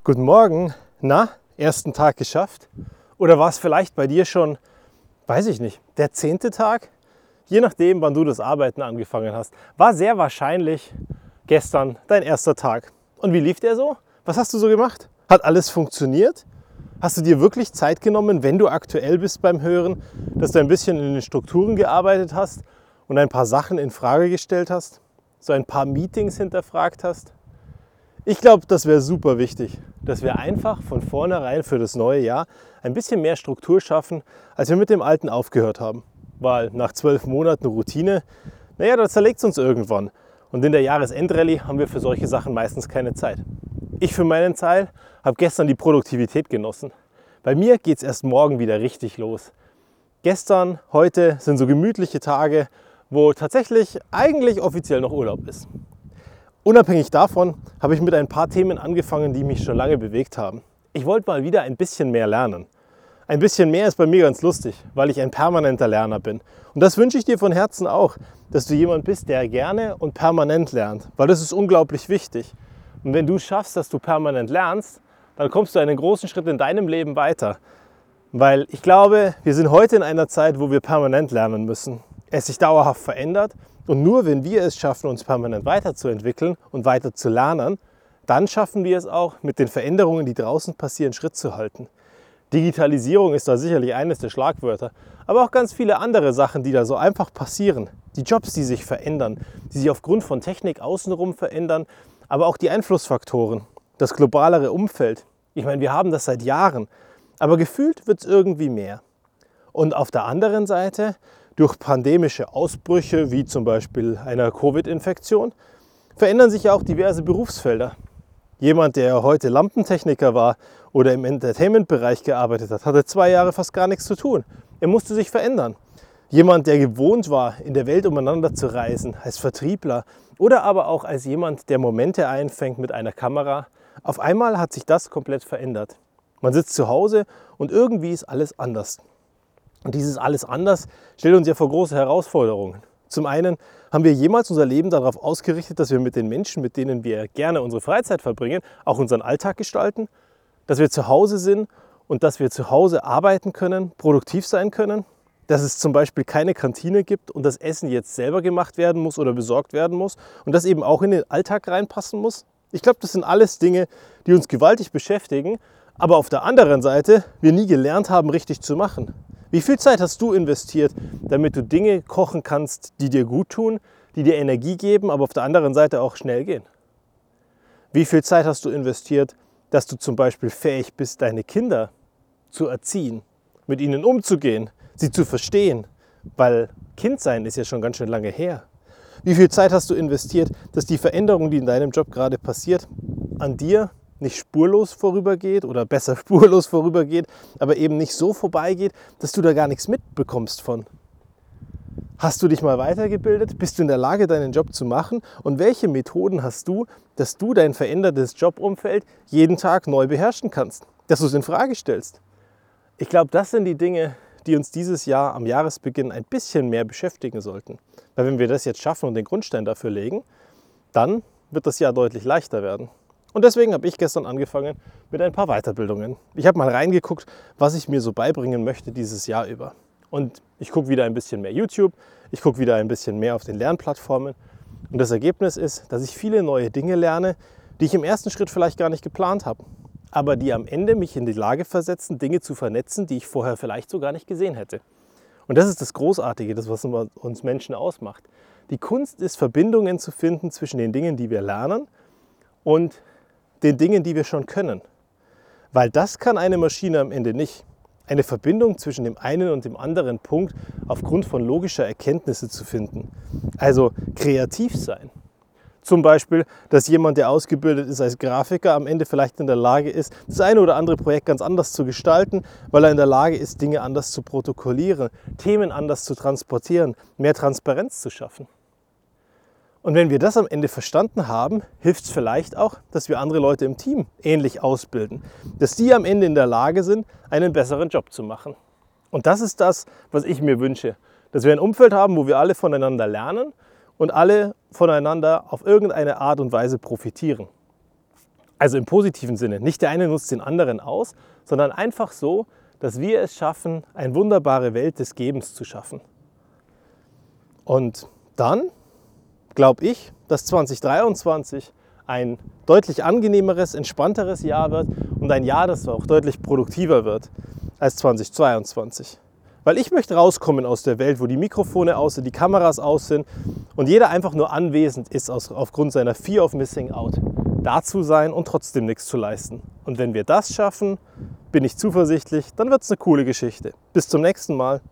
Guten Morgen. Na, ersten Tag geschafft? Oder war es vielleicht bei dir schon, weiß ich nicht, der 10. Tag? Je nachdem, wann du das Arbeiten angefangen hast, war sehr wahrscheinlich gestern dein erster Tag. Und wie lief der so? Was hast du so gemacht? Hat alles funktioniert? Hast du dir wirklich Zeit genommen, wenn du aktuell bist beim Hören, dass du ein bisschen in den Strukturen gearbeitet hast und ein paar Sachen in Frage gestellt hast? So ein paar Meetings hinterfragt hast? Ich glaube, das wäre super wichtig, dass wir einfach von vornherein für das neue Jahr ein bisschen mehr Struktur schaffen, als wir mit dem Alten aufgehört haben. Weil nach 12 Monaten Routine, naja, da zerlegt es uns irgendwann. Und in der Jahresendrallye haben wir für solche Sachen meistens keine Zeit. Ich für meinen Teil habe gestern die Produktivität genossen. Bei mir geht es erst morgen wieder richtig los. Gestern, heute sind so gemütliche Tage, wo tatsächlich eigentlich offiziell noch Urlaub ist. Unabhängig davon habe ich mit ein paar Themen angefangen, die mich schon lange bewegt haben. Ich wollte mal wieder ein bisschen mehr lernen. Ein bisschen mehr ist bei mir ganz lustig, weil ich ein permanenter Lerner bin. Und das wünsche ich dir von Herzen auch, dass du jemand bist, der gerne und permanent lernt, weil das ist unglaublich wichtig. Und wenn du schaffst, dass du permanent lernst, dann kommst du einen großen Schritt in deinem Leben weiter. Weil ich glaube, wir sind heute in einer Zeit, wo wir permanent lernen müssen. Es sich dauerhaft verändert. Und nur wenn wir es schaffen, uns permanent weiterzuentwickeln und weiter zu lernen, dann schaffen wir es auch, mit den Veränderungen, die draußen passieren, Schritt zu halten. Digitalisierung ist da sicherlich eines der Schlagwörter, aber auch ganz viele andere Sachen, die da so einfach passieren. Die Jobs, die sich verändern, die sich aufgrund von Technik außenrum verändern, aber auch die Einflussfaktoren, das globalere Umfeld. Ich meine, wir haben das seit Jahren, aber gefühlt wird es irgendwie mehr. Und auf der anderen Seite, durch pandemische Ausbrüche, wie zum Beispiel einer Covid-Infektion, verändern sich ja auch diverse Berufsfelder. Jemand, der heute Lampentechniker war oder im Entertainment-Bereich gearbeitet hat, hatte 2 Jahre fast gar nichts zu tun. Er musste sich verändern. Jemand, der gewohnt war, in der Welt umeinander zu reisen, als Vertriebler oder aber auch als jemand, der Momente einfängt mit einer Kamera, auf einmal hat sich das komplett verändert. Man sitzt zu Hause und irgendwie ist alles anders. Und dieses alles anders stellt uns ja vor große Herausforderungen. Zum einen, haben wir jemals unser Leben darauf ausgerichtet, dass wir mit den Menschen, mit denen wir gerne unsere Freizeit verbringen, auch unseren Alltag gestalten? Dass wir zu Hause sind und dass wir zu Hause arbeiten können, produktiv sein können? Dass es zum Beispiel keine Kantine gibt und das Essen jetzt selber gemacht werden muss oder besorgt werden muss und das eben auch in den Alltag reinpassen muss? Ich glaube, das sind alles Dinge, die uns gewaltig beschäftigen, aber auf der anderen Seite wir nie gelernt haben, richtig zu machen. Wie viel Zeit hast du investiert, damit du Dinge kochen kannst, die dir gut tun, die dir Energie geben, aber auf der anderen Seite auch schnell gehen? Wie viel Zeit hast du investiert, dass du zum Beispiel fähig bist, deine Kinder zu erziehen, mit ihnen umzugehen, sie zu verstehen? Weil Kindsein ist ja schon ganz schön lange her. Wie viel Zeit hast du investiert, dass die Veränderung, die in deinem Job gerade passiert, an dir nicht spurlos vorübergeht oder besser spurlos vorübergeht, aber eben nicht so vorbeigeht, dass du da gar nichts mitbekommst von? Hast du dich mal weitergebildet? Bist du in der Lage, deinen Job zu machen? Und welche Methoden hast du, dass du dein verändertes Jobumfeld jeden Tag neu beherrschen kannst? Dass du es in Frage stellst? Ich glaube, das sind die Dinge, die uns dieses Jahr am Jahresbeginn ein bisschen mehr beschäftigen sollten. Weil wenn wir das jetzt schaffen und den Grundstein dafür legen, dann wird das Jahr deutlich leichter werden. Und deswegen habe ich gestern angefangen mit ein paar Weiterbildungen. Ich habe mal reingeguckt, was ich mir so beibringen möchte dieses Jahr über. Und ich gucke wieder ein bisschen mehr YouTube, ich gucke wieder ein bisschen mehr auf den Lernplattformen. Und das Ergebnis ist, dass ich viele neue Dinge lerne, die ich im ersten Schritt vielleicht gar nicht geplant habe. Aber die am Ende mich in die Lage versetzen, Dinge zu vernetzen, die ich vorher vielleicht so gar nicht gesehen hätte. Und das ist das Großartige, das was uns Menschen ausmacht. Die Kunst ist, Verbindungen zu finden zwischen den Dingen, die wir lernen und den Dingen, die wir schon können. Weil das kann eine Maschine am Ende nicht. Eine Verbindung zwischen dem einen und dem anderen Punkt aufgrund von logischer Erkenntnisse zu finden. Also kreativ sein. Zum Beispiel, dass jemand, der ausgebildet ist als Grafiker, am Ende vielleicht in der Lage ist, das eine oder andere Projekt ganz anders zu gestalten, weil er in der Lage ist, Dinge anders zu protokollieren, Themen anders zu transportieren, mehr Transparenz zu schaffen. Und wenn wir das am Ende verstanden haben, hilft es vielleicht auch, dass wir andere Leute im Team ähnlich ausbilden. Dass die am Ende in der Lage sind, einen besseren Job zu machen. Und das ist das, was ich mir wünsche. Dass wir ein Umfeld haben, wo wir alle voneinander lernen und alle voneinander auf irgendeine Art und Weise profitieren. Also im positiven Sinne. Nicht der eine nutzt den anderen aus, sondern einfach so, dass wir es schaffen, eine wunderbare Welt des Gebens zu schaffen. Und dann glaube ich, dass 2023 ein deutlich angenehmeres, entspannteres Jahr wird und ein Jahr, das auch deutlich produktiver wird als 2022. Weil ich möchte rauskommen aus der Welt, wo die Mikrofone aus sind, die Kameras aus sind und jeder einfach nur anwesend ist aufgrund seiner Fear of Missing Out. Da zu sein und trotzdem nichts zu leisten. Und wenn wir das schaffen, bin ich zuversichtlich, dann wird es eine coole Geschichte. Bis zum nächsten Mal.